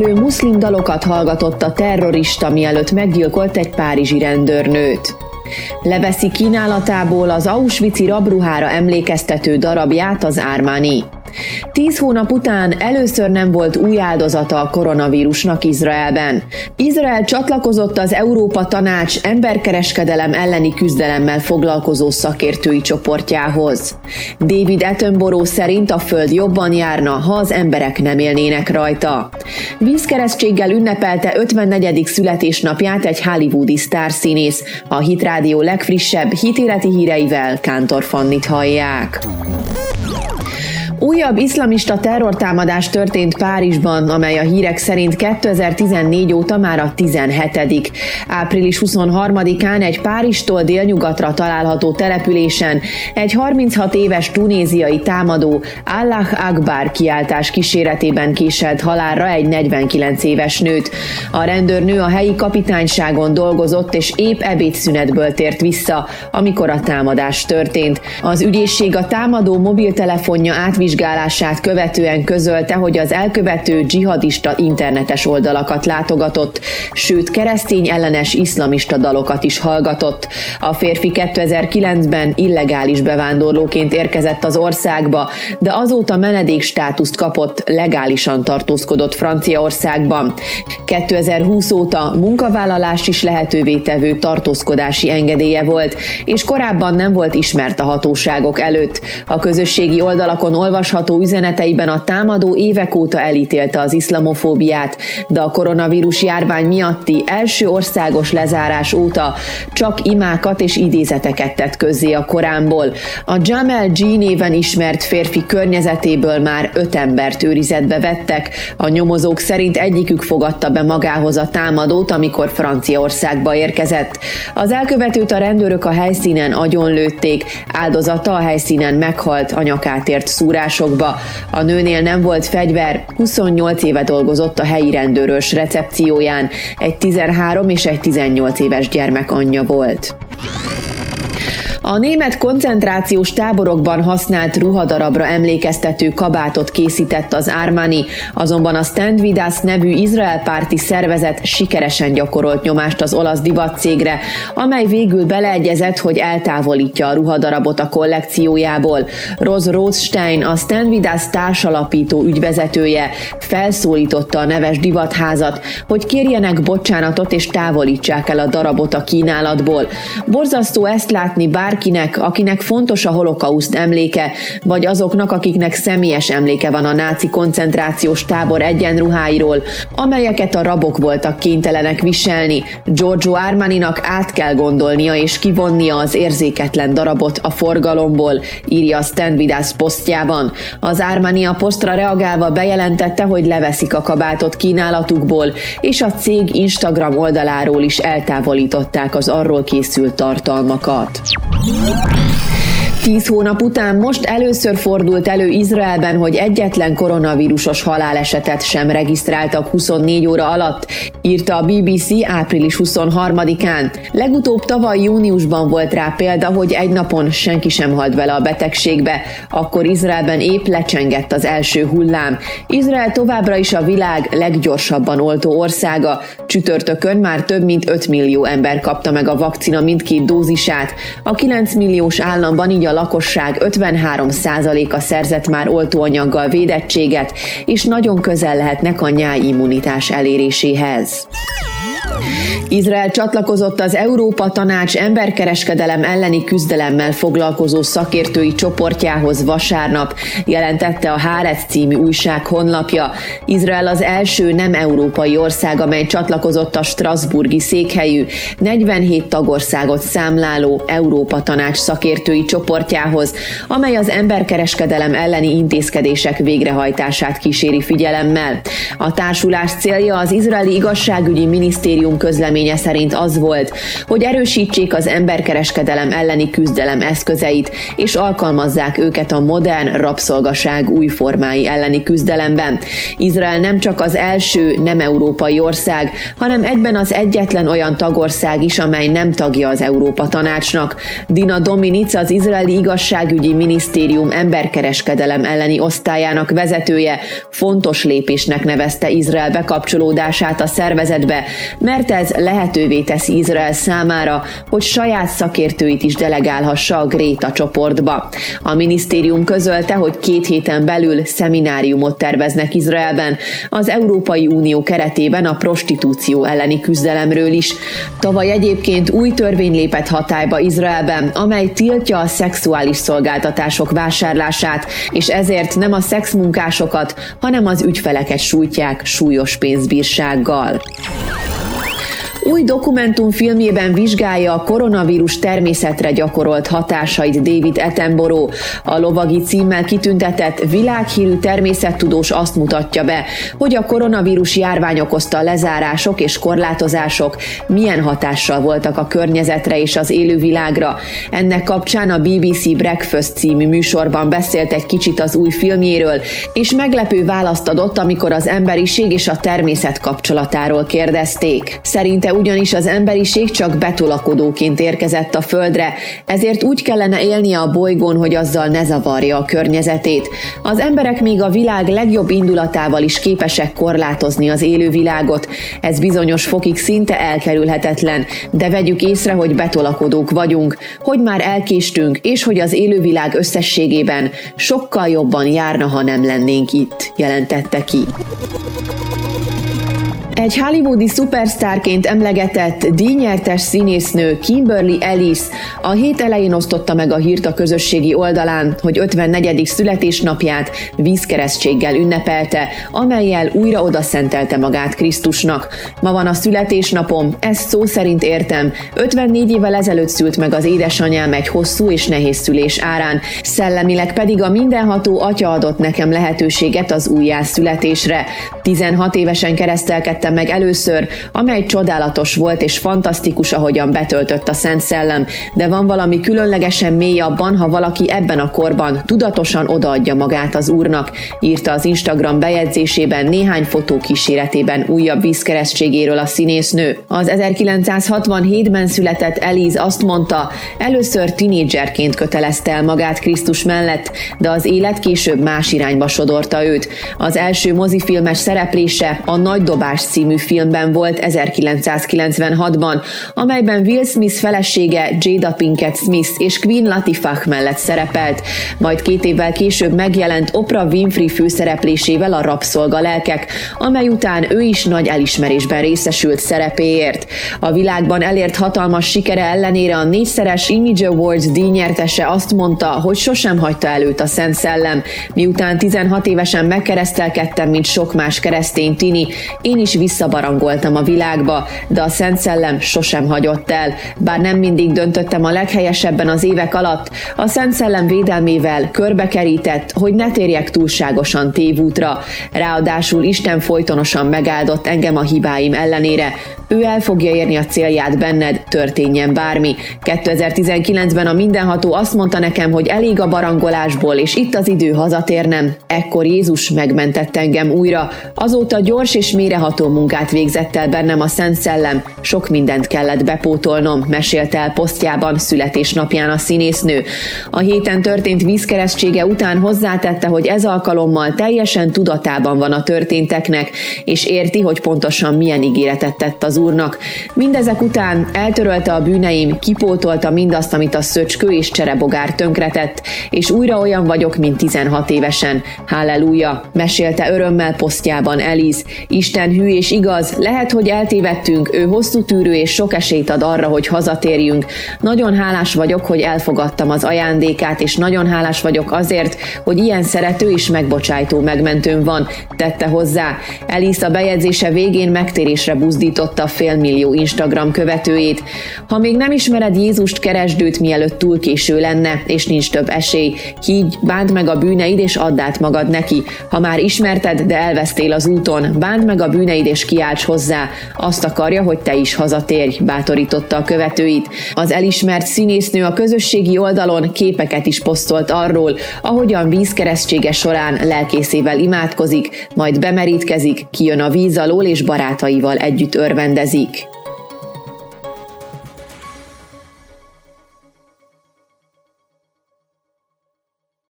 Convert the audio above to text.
gyűlölő muszlim dalokat hallgatott a terrorista, mielőtt meggyilkolt egy párizsi rendőrnőt. Leveszi kínálatából az auschwitzi rabruhára emlékeztető darabját az Armani. 10 hónap után először nem volt új áldozata a koronavírusnak Izraelben. Izrael csatlakozott az Európa Tanács emberkereskedelem elleni küzdelemmel foglalkozó szakértői csoportjához. David Attenborough szerint a föld jobban járna, ha az emberek nem élnének rajta. Vízkeresztséggel ünnepelte 54. születésnapját egy hollywoodi sztárszínész. A Hit Rádió legfrissebb hitéleti híreivel Kántor Fannit hallják. Újabb iszlamista terrortámadás történt Párizsban, amely a hírek szerint 2014 óta már a 17. Április 23-án egy Párizstól délnyugatra található településen egy 36 éves tunéziai támadó Allah Akbar kiáltás kíséretében késelt halálra egy 49 éves nőt. A rendőrnő a helyi kapitányságon dolgozott, és épp ebédszünetből tért vissza, amikor a támadás történt. Az ügyészség a támadó mobiltelefonja átvizsgálását követően közölte, hogy az elkövető dzsihadista internetes oldalakat látogatott, sőt keresztény ellenes iszlamista dalokat is hallgatott. A férfi 2009-ben illegális bevándorlóként érkezett az országba, de azóta menedékstátuszt kapott, legálisan tartózkodott Franciaországban. 2020 óta munkavállalást is lehetővé tevő tartózkodási engedélye volt, és korábban nem volt ismert a hatóságok előtt. A közösségi oldalakon olvasható üzeneteiben a támadó évek óta elítélte az iszlamofóbiát, de a koronavírus járvány miatti első országos lezárás óta csak imákat és idézeteket tett közzé a Koránból. A Jamel G néven ismert férfi környezetéből már 5 embert őrizetbe vettek. A nyomozók szerint egyikük fogadta be magához a támadót, amikor Franciaországba érkezett. Az elkövetőt a rendőrök a helyszínen agyonlőtték, áldozata a helyszínen meghalt a nyakát ért szúrásokba. A nőnél nem volt fegyver, 28 éve dolgozott a helyi rendőrös recepcióján, egy 13 és egy 18 éves gyermek anyja volt. A német koncentrációs táborokban használt ruhadarabra emlékeztető kabátot készített az Armani, azonban a Stand With Us nevű izraelpárti szervezet sikeresen gyakorolt nyomást az olasz divatcégre, amely végül beleegyezett, hogy eltávolítja a ruhadarabot a kollekciójából. Rose Rothstein, a Stand With Us társalapító ügyvezetője felszólította a neves divatházat, hogy kérjenek bocsánatot és távolítsák el a darabot a kínálatból. Borzasztó ezt látni bárkinek, akinek fontos a holokauszt emléke, vagy azoknak, akiknek személyes emléke van a náci koncentrációs tábor egyenruháiról, amelyeket a rabok voltak kénytelenek viselni. Giorgio Armaninak át kell gondolnia és kivonnia az érzéketlen darabot a forgalomból, írja a Stand With Us posztjában. Az Armani a posztra reagálva bejelentette, hogy leveszik a kabátot kínálatukból, és a cég Instagram oldaláról is eltávolították az arról készült tartalmakat. 10 hónap után most először fordult elő Izraelben, hogy egyetlen koronavírusos halálesetet sem regisztráltak 24 óra alatt, írta a BBC április 23-án. Legutóbb tavaly júniusban volt rá példa, hogy egy napon senki sem halt vele a betegségbe, akkor Izraelben épp lecsengett az első hullám. Izrael továbbra is a világ leggyorsabban oltó országa. Csütörtökön már több mint 5 millió ember kapta meg a vakcina mindkét dózisát. A 9 milliós államban így a lakosság 53%-a szerzett már oltóanyaggal védettséget, és nagyon közel lehetnek a nyájimmunitás eléréséhez. Izrael csatlakozott az Európa Tanács emberkereskedelem elleni küzdelemmel foglalkozó szakértői csoportjához vasárnap, jelentette a Haaretz című újság honlapja. Izrael az első nem európai ország, amely csatlakozott a strasbourgi székhelyű, 47 tagországot számláló Európa Tanács szakértői csoportjához, amely az emberkereskedelem elleni intézkedések végrehajtását kíséri figyelemmel. A társulás célja az izraeli igazságügyi minisztérium minisztérium közleménye szerint az volt, hogy erősítsék az emberkereskedelem elleni küzdelem eszközeit, és alkalmazzák őket a modern rabszolgaság új formái elleni küzdelemben. Izrael nem csak az első nem európai ország, hanem egyben az egyetlen olyan tagország is, amely nem tagja az Európa Tanácsnak. Dina Dominitz, az izraeli igazságügyi minisztérium emberkereskedelem elleni osztályának vezetője fontos lépésnek nevezte Izrael bekapcsolódását a szervezetbe, mert ez lehetővé teszi Izrael számára, hogy saját szakértőit is delegálhassa a Gréta csoportba. A minisztérium közölte, hogy 2 héten belül szemináriumot terveznek Izraelben az Európai Unió keretében a prostitúció elleni küzdelemről is. Tavaly egyébként új törvény lépett hatályba Izraelben, amely tiltja a szexuális szolgáltatások vásárlását, és ezért nem a szexmunkásokat, hanem az ügyfeleket sújtják súlyos pénzbírsággal. Új dokumentumfilmjében vizsgálja a koronavírus természetre gyakorolt hatásait David Attenborough. A lovagi címmel kitüntetett világhírű természettudós azt mutatja be, hogy a koronavírus járvány okozta lezárások és korlátozások milyen hatással voltak a környezetre és az élővilágra. Ennek kapcsán a BBC Breakfast című műsorban beszélt egy kicsit az új filmjéről, és meglepő választ adott, amikor az emberiség és a természet kapcsolatáról kérdezték. Szerinte ugyanis az emberiség csak betolakodóként érkezett a Földre, ezért úgy kellene élnie a bolygón, hogy azzal ne zavarja a környezetét. Az emberek még a világ legjobb indulatával is képesek korlátozni az élővilágot. Ez bizonyos fokig szinte elkerülhetetlen, de vegyük észre, hogy betolakodók vagyunk, hogy már elkéstünk, és hogy az élővilág összességében sokkal jobban járna, ha nem lennénk itt, jelentette ki. Egy hollywoodi szupersztárként emlegetett díjnyertes színésznő Kimberly Ellis a hét elején osztotta meg a hírt a közösségi oldalán, hogy 54. születésnapját vízkeresztséggel ünnepelte, amellyel újra odaszentelte magát Krisztusnak. Ma van a születésnapom, ezt szó szerint értem. 54 évvel ezelőtt szült meg az édesanyám egy hosszú és nehéz szülés árán, szellemileg pedig a mindenható Atya adott nekem lehetőséget az újjászületésre. 16 évesen keresztelkedtem meg először, amely csodálatos volt és fantasztikus, ahogyan betöltött a Szent Szellem, de van valami különlegesen mély abban, ha valaki ebben a korban tudatosan odaadja magát az Úrnak, írta az Instagram bejegyzésében néhány fotó kíséretében újabb vízkeresztségéről a színésznő. Az 1967-ben született Ellis azt mondta, először tinédzserként kötelezte el magát Krisztus mellett, de az élet később más irányba sodorta őt. Az első mozifilmes szereplése a Nagy dobás című filmben volt 1996-ban, amelyben Will Smith felesége Jada Pinkett Smith és Queen Latifah mellett szerepelt, majd 2 évvel később megjelent Oprah Winfrey főszereplésével a Rabszolgalelkek, amely után ő is nagy elismerésben részesült szerepéért. A világban elért hatalmas sikere ellenére a 4-szeres Image Awards díjnyertese azt mondta, hogy sosem hagyta el őt a Szent Szellem. Miután 16 évesen megkeresztelkedtem, mint sok más keresztény tini, én is visszabarangoltam a világba, de a Szent Szellem sosem hagyott el. Bár nem mindig döntöttem a leghelyesebben az évek alatt, a Szent Szellem védelmével körbekerített, hogy ne térjek túlságosan tévútra. Ráadásul Isten folytonosan megáldott engem a hibáim ellenére. Ő el fogja érni a célját benned, történjen bármi. 2019-ben a mindenható azt mondta nekem, hogy elég a barangolásból, és itt az idő hazatérnem. Ekkor Jézus megmentett engem újra. Azóta gyors és mélyreható munkát végzett el bennem a Szent Szellem, sok mindent kellett bepótolnom, mesélte el posztjában születésnapján a színésznő. A héten történt vízkeresztsége után hozzátette, hogy ez alkalommal teljesen tudatában van a történteknek, és érti, hogy pontosan milyen ígéretet tett az Úrnak. Mindezek után eltörölte a bűneim, kipótolta mindazt, amit a szöcskő és cserebogár tönkretett, és újra olyan vagyok, mint 16 évesen. Halleluja! Mesélte örömmel posztjában Ellis. Isten hű és igaz, lehet, hogy eltévedtünk, ő hosszú tűrő és sok esélyt ad arra, hogy hazatérjünk. Nagyon hálás vagyok, hogy elfogadtam az ajándékát, és nagyon hálás vagyok azért, hogy ilyen szerető és megbocsájtó megmentőm van, tette hozzá. Ellis a bejegyzése végén megtérésre buzdította fél millió Instagram követőjét. Ha még nem ismered Jézust, keresd őt, mielőtt túl késő lenne, és nincs több esély. Higgy, bánd meg a bűneid, és add át magad neki. Ha már ismerted, de elvesztél az úton, bánd meg a bűneid, és kiálts hozzá. Azt akarja, hogy te is hazatérj, bátorította a követőit. Az elismert színésznő a közösségi oldalon képeket is posztolt arról, ahogyan vízkeresztsége során lelkészével imádkozik, majd bemerítkezik, kijön a víz alól, és barátaival együtt örvendezik.